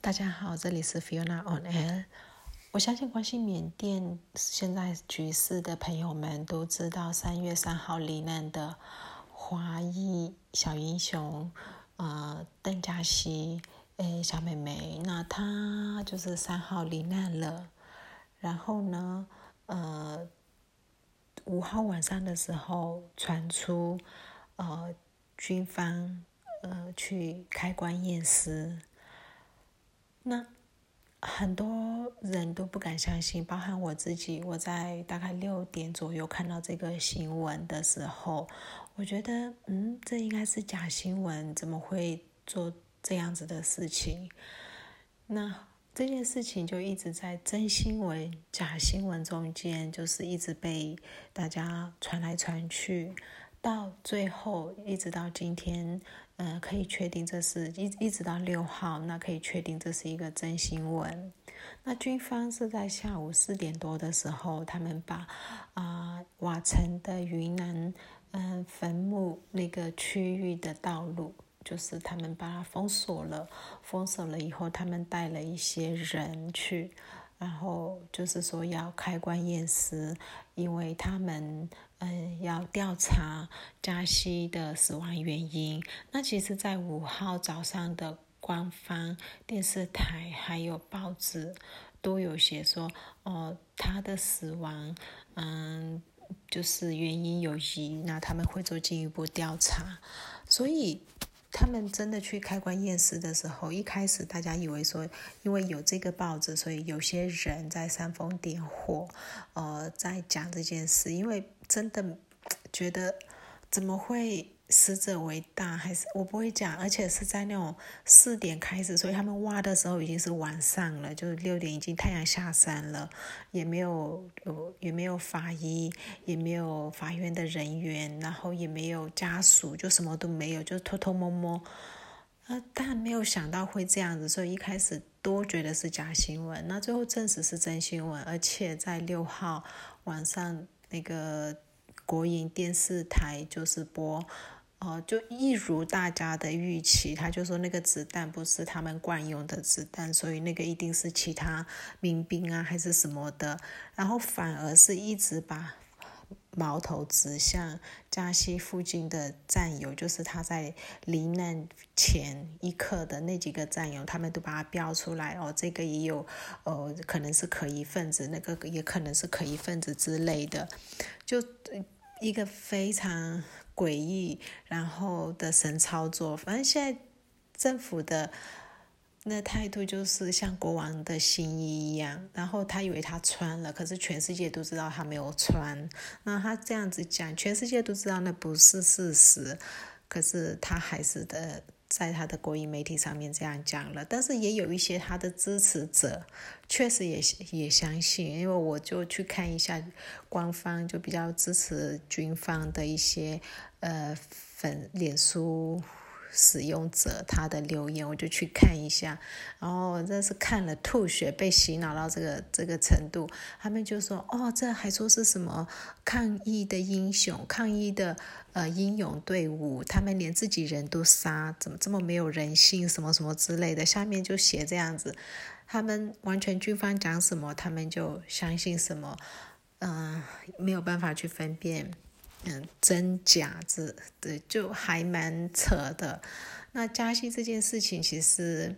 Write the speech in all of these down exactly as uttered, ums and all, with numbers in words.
大家好，这里是 Fiona on Air。我相信关心缅甸现在局势的朋友们都知道，三月三号罹难的华裔小英雄，呃，邓佳熙，诶，小妹妹，那她就是三号罹难了。然后呢，呃，五号晚上的时候传出，呃，军方呃去开棺验尸。那很多人都不敢相信，包含我自己。我在大概六点左右看到这个新闻的时候，我觉得，嗯，这应该是假新闻，怎么会做这样子的事情？那这件事情就一直在真新闻、假新闻中间，就是一直被大家传来传去，到最后一直到今天。呃，可以确定这是一一直到六号，那可以确定这是一个真新闻。那军方是在下午四点多的时候，他们把啊、呃、瓦城的云南嗯、呃、坟墓那个区域的道路，就是他们把它封锁了。封锁了以后，他们带了一些人去，然后就是说要开棺验尸，因为他们嗯要调查佳熙的死亡原因。那其实在五号早上的官方电视台还有报纸都有写说，哦，他的死亡嗯就是原因有疑，那他们会做进一步调查。所以他们真的去开棺验尸的时候，一开始大家以为说，因为有这个报纸，所以有些人在煽风点火，呃，在讲这件事。因为真的觉得怎么会死者为大，还是我不会讲，而且是在那种四点开始，所以他们挖的时候已经是晚上了，就是六点已经太阳下山了，也没有有也没有法医，也没有法院的人员，然后也没有家属，就什么都没有，就偷偷摸摸。呃，但没有想到会这样子，所以一开始都觉得是假新闻，那最后证实是真新闻，而且在六号晚上那个国营电视台就是播。哦、呃，就一如大家的预期，他就说那个子弹不是他们惯用的子弹，所以那个一定是其他民兵啊还是什么的，然后反而是一直把矛头指向佳熙附近的战友，就是他在罹难前一刻的那几个战友，他们都把他标出来哦，这个也有，呃，可能是可疑分子，那个也可能是可疑分子之类的，就一个非常诡异然后的神操作。反正现在政府的那态度就是像国王的新衣一样，然后他以为他穿了，可是全世界都知道他没有穿。那他这样子讲，全世界都知道那不是事实，可是他还是的在他的国营媒体上面这样讲了。但是也有一些他的支持者确实也也相信，因为我就去看一下官方就比较支持军方的一些呃粉脸书使用者他的留言，我就去看一下，然后真是看了吐血，被洗脑到这个这个程度。他们就说，哦，这还说是什么抗疫的英雄，抗疫的呃英勇队伍，他们连自己人都杀，怎么这么没有人性，什么什么之类的。下面就写这样子，他们完全军方讲什么，他们就相信什么，嗯、呃，没有办法去分辨。嗯，真假子对，就还蛮扯的。那嘉熙这件事情，其实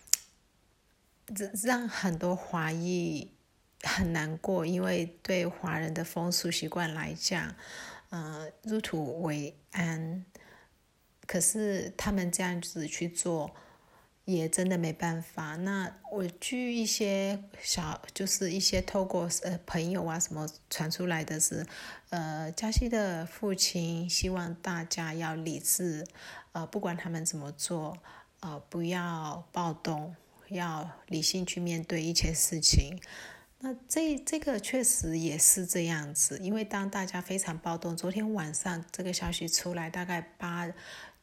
让很多华裔很难过，因为对华人的风俗习惯来讲，呃，入土为安。可是他们这样子去做，也真的没办法。那我据一些小，就是一些透过呃朋友啊什么传出来的是，呃，嘉熙的父亲希望大家要理智，呃，不管他们怎么做，呃，不要暴动，要理性去面对一切事情。那这这个确实也是这样子，因为当大家非常暴动，昨天晚上这个消息出来，大概八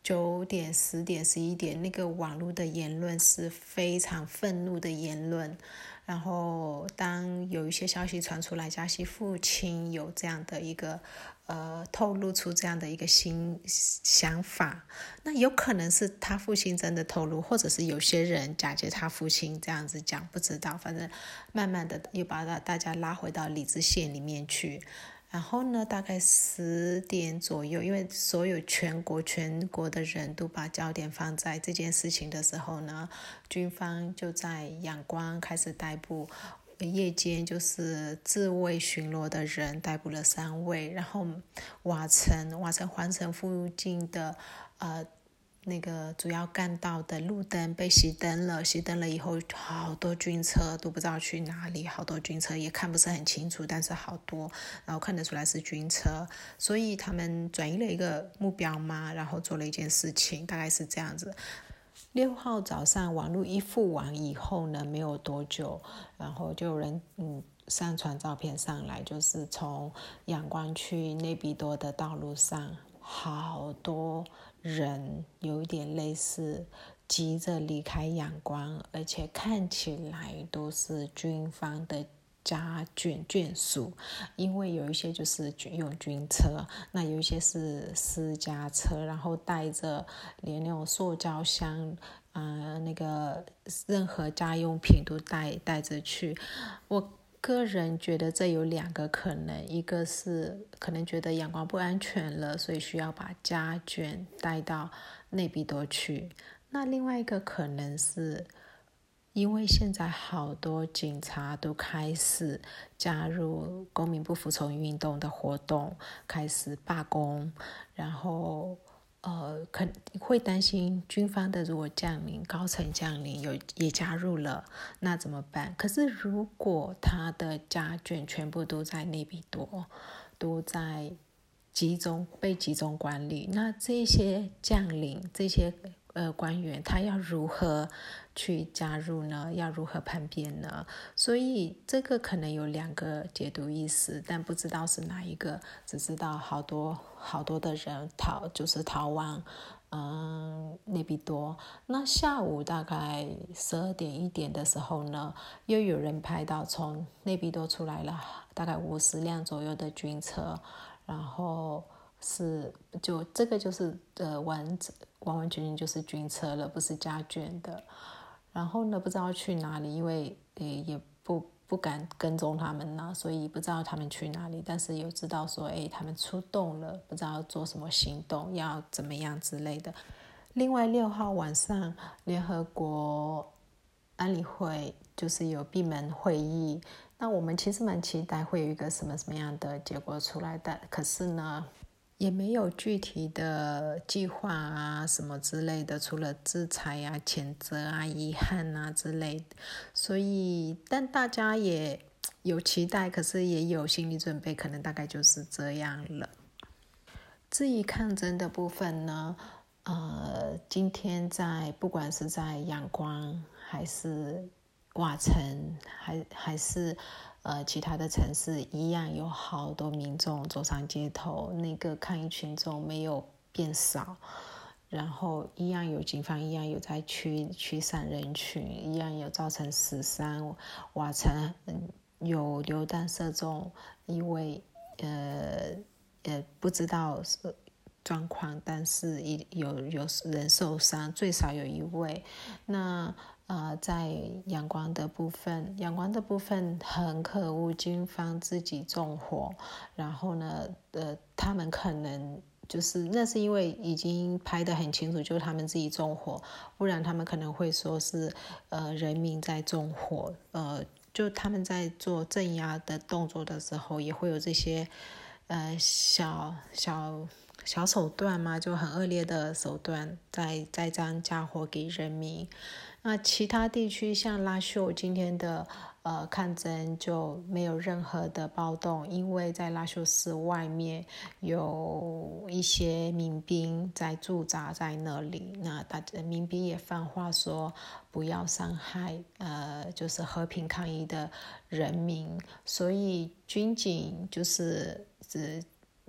九点、十点、十一点，那个网络的言论是非常愤怒的言论。然后，当有一些消息传出来，加西父亲有这样的一个呃透露出这样的一个新想法，那有可能是他父亲真的透露，或者是有些人假借他父亲这样子讲，不知道，反正慢慢的又把大家拉回到理智线里面去。然后呢，大概十点左右，因为所有全国全国的人都把焦点放在这件事情的时候呢，军方就在仰光开始逮捕，夜间就是自卫巡逻的人逮捕了三位，然后瓦城瓦城环城附近的呃那个主要干道的路灯被熄灯了，熄灯了以后，好多军车都不知道去哪里，好多军车也看不是很清楚，但是好多，然后看得出来是军车，所以他们转移了一个目标嘛，然后做了一件事情，大概是这样子。六号早上网络一复完以后呢，没有多久，然后就有人嗯上传照片上来，就是从仰光去内比多的道路上，好多人有一点类似急着离开仰光，而且看起来都是军方的家眷眷属，因为有一些就是用军车，那有一些是私家车，然后带着连那种塑胶箱啊、呃，那个任何家用品都带带着去。我个人觉得这有两个可能，一个是可能觉得仰光不安全了，所以需要把家眷带到内比多去。那另外一个可能是因为现在好多警察都开始加入公民不服从运动的活动，开始罢工，然后呃，可会担心军方的如果将领高层将领有也加入了，那怎么办？可是如果他的家眷全部都在内比多，都在集中被集中管理，那这些将领这些呃官员他要如何去加入呢？要如何叛变呢？所以这个可能有两个解读意思，但不知道是哪一个，只知道好多好多的人逃，就是逃往嗯内比多。那下午大概十二点一点的时候呢，又有人拍到从内比多出来了大概五十辆左右的军车，然后是就这个就是呃完完完全全就是军车了，不是家眷的。然后呢，不知道去哪里，因为也也不不敢跟踪他们呢，所以不知道他们去哪里。但是有知道说，哎，他们出动了，不知道做什么行动，要怎么样之类的。另外，六号晚上，联合国安理会就是有闭门会议。那我们其实蛮期待会有一个什么什么样的结果出来的，可是呢，也没有具体的计划啊什么之类的，除了制裁啊、谴责啊、遗憾啊之类的。所以，但大家也有期待，可是也有心理准备，可能大概就是这样了。至于抗争的部分呢，呃，今天在不管是在仰光还是瓦城，还还是呃其他的城市，一样有好多民众走上街头，那个抗议群众没有变少，然后一样有警方一样有在驱驱散人群，一样有造成死伤，瓦城嗯有榴弹射中一位呃呃不知道是状况，但是有有人受伤，最少有一位。那呃，在阳光的部分，阳光的部分很可恶，军方自己纵火，然后呢，呃，他们可能就是那是因为已经拍得很清楚，就是他们自己纵火，不然他们可能会说是呃人民在纵火，呃，就他们在做镇压的动作的时候，也会有这些呃小小。小手段嘛，就很恶劣的手段，在在这样嫁祸给人民。那其他地区像拉秀今天的呃抗争就没有任何的暴动，因为在拉秀市外面有一些民兵在驻扎在那里，那大家民兵也放话说不要伤害呃就是和平抗议的人民，所以军警就是只。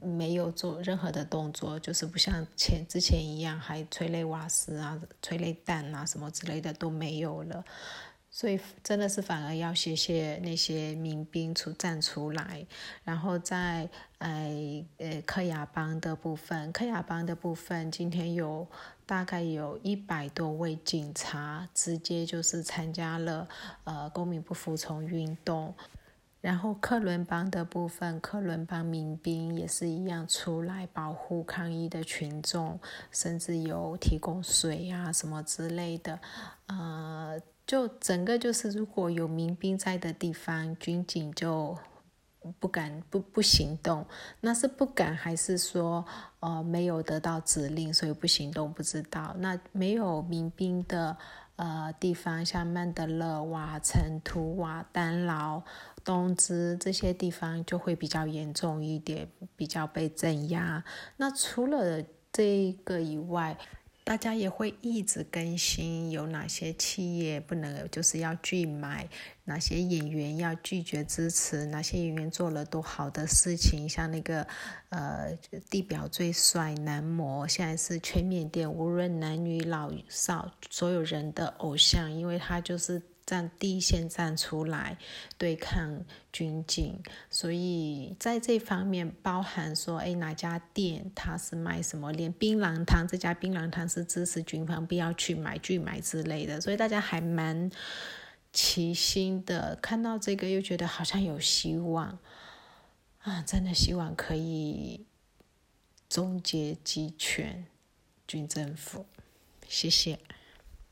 没有做任何的动作，就是不像前之前一样还催泪瓦斯啊、催泪弹啊什么之类的都没有了。所以真的是反而要谢谢那些民兵出站出来。然后在呃呃克雅邦的部分，克雅邦的部分今天有大概有一百多位警察直接就是参加了呃公民不服从运动。然后克伦邦的部分，克伦邦民兵也是一样出来保护抗议的群众，甚至有提供水啊什么之类的。呃，就整个就是如果有民兵在的地方，军警就不敢不不行动。那是不敢还是说呃没有得到指令所以不行动，不知道。那没有民兵的呃地方，像曼德勒、瓦城、图瓦、丹劳、东芝这些地方就会比较严重一点，比较被镇压。那除了这个以外，大家也会一直更新有哪些企业不能，就是要拒买，哪些演员要拒绝支持，哪些演员做了多好的事情，像那个呃地表最帅男模，现在是全缅甸无论男女老少所有人的偶像，因为他就是站第一线站出来对抗军警。所以在这方面包含说诶哪家店它是卖什么，连槟榔汤这家槟榔汤是支持军方不要去买拒买之类的，所以大家还蛮齐心的。看到这个又觉得好像有希望啊，真的希望可以终结集权军政府。谢谢。